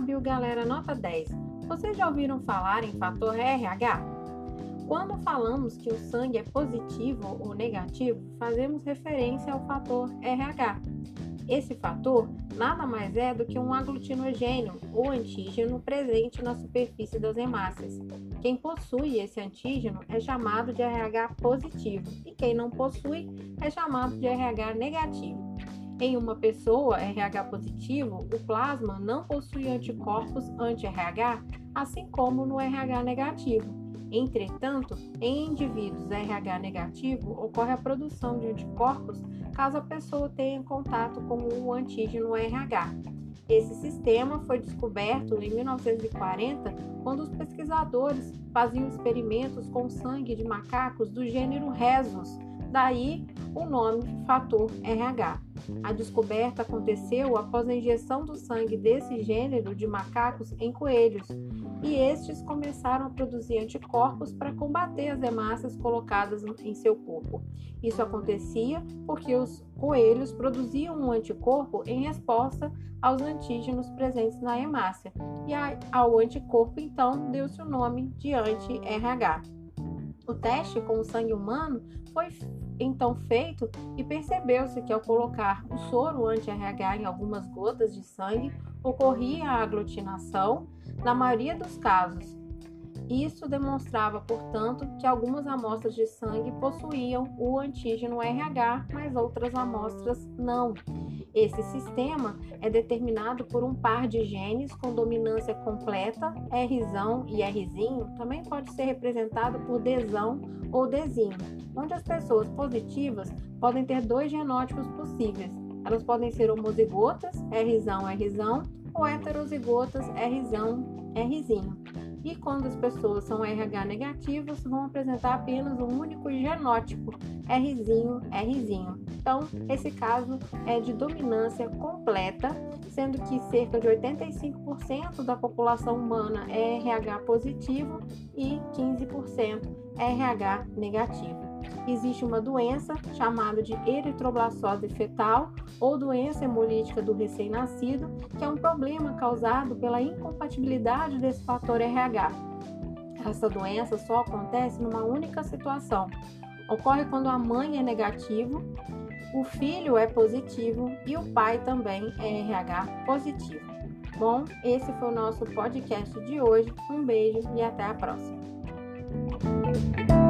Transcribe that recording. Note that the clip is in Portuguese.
Fábio, galera nota 10. Vocês já ouviram falar em fator RH? Quando falamos que o sangue é positivo ou negativo, fazemos referência ao fator RH. Esse fator nada mais é do que um aglutinogênio ou antígeno presente na superfície das hemácias. Quem possui esse antígeno é chamado de RH positivo e quem não possui é chamado de RH negativo. Em uma pessoa RH positivo, o plasma não possui anticorpos anti-RH, assim como no RH negativo. Entretanto, em indivíduos RH negativo, ocorre a produção de anticorpos caso a pessoa tenha contato com o antígeno RH. Esse sistema foi descoberto em 1940, quando os pesquisadores faziam experimentos com sangue de macacos do gênero Rhesus, daí o nome fator RH. A descoberta aconteceu após a injeção do sangue desse gênero de macacos em coelhos, e estes começaram a produzir anticorpos para combater as hemácias colocadas em seu corpo. Isso acontecia porque os coelhos produziam um anticorpo em resposta aos antígenos presentes na hemácia, e ao anticorpo então deu-se o nome de anti-RH. O teste com o sangue humano foi então feito e percebeu-se que ao colocar o soro anti-RH em algumas gotas de sangue, ocorria a aglutinação na maioria dos casos. Isso demonstrava, portanto, que algumas amostras de sangue possuíam o antígeno RH, mas outras amostras não. Esse sistema é determinado por um par de genes com dominância completa, Rzão e Rzinho, também pode ser representado por Dzão ou Dzinho, onde as pessoas positivas podem ter dois genótipos possíveis. Elas podem ser homozigotas, Rzão, ou heterozigotas, Rzão, Rzinho. E quando as pessoas são RH negativas, vão apresentar apenas um único genótipo, Rzinho. Então, esse caso é de dominância completa, sendo que cerca de 85% da população humana é RH positivo e 15% é RH negativo. Existe uma doença chamada de eritroblastose fetal ou doença hemolítica do recém-nascido, que é um problema causado pela incompatibilidade desse fator RH. Essa doença só acontece numa única situação. Ocorre quando a mãe é negativo, o filho é positivo e o pai também é RH positivo. Bom, esse foi o nosso podcast de hoje. Um beijo e até a próxima.